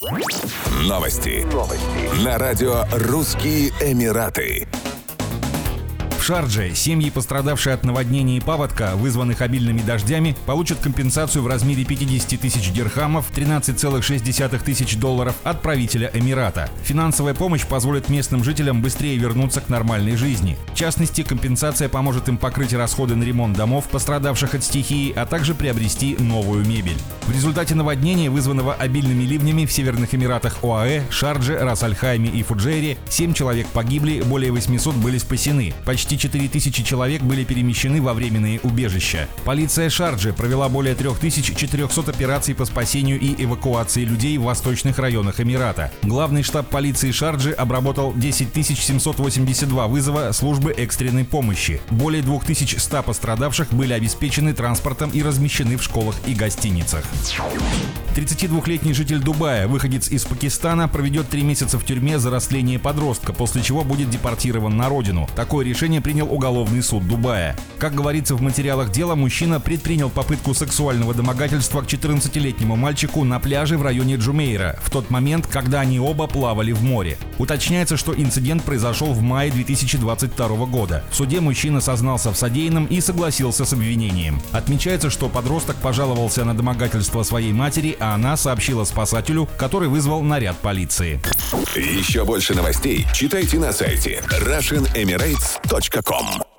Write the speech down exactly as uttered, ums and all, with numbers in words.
Новости. Новости. На радио «Русские Эмираты». В Шардже семьи, пострадавшие от наводнений и паводка, вызванных обильными дождями, получат компенсацию в размере пятьдесят тысяч дирхамов, тринадцать целых шесть десятых тысяч долларов от правителя Эмирата. Финансовая помощь позволит местным жителям быстрее вернуться к нормальной жизни. В частности, компенсация поможет им покрыть расходы на ремонт домов, пострадавших от стихии, а также приобрести новую мебель. В результате наводнения, вызванного обильными ливнями в Северных Эмиратах ОАЭ, Шардже, Рас-Аль-Хайме и Фуджейре, семь человек погибли, более восьмисот были спасены. Почти четыре тысячи человек были перемещены во временные убежища. Полиция Шарджи провела более три тысячи четыреста операций по спасению и эвакуации людей в восточных районах Эмирата. Главный штаб полиции Шарджи обработал десять тысяч семьсот восемьдесят два вызова службы экстренной помощи. Более две тысячи сто пострадавших были обеспечены транспортом и размещены в школах и гостиницах. тридцатидвухлетний житель Дубая, выходец из Пакистана, проведет три месяца в тюрьме за растление подростка, после чего будет депортирован на родину. Такое решение принял уголовный суд Дубая. Как говорится в материалах дела, мужчина предпринял попытку сексуального домогательства к четырнадцатилетнему мальчику на пляже в районе Джумейра в тот момент, когда они оба плавали в море. Уточняется, что инцидент произошел в мае две тысячи двадцать второго года. В суде мужчина сознался в содеянном и согласился с обвинением. Отмечается, что подросток пожаловался на домогательство своей матери, а она сообщила спасателю, который вызвал наряд полиции. Еще больше новостей читайте на сайте Russian Emirates точка ком.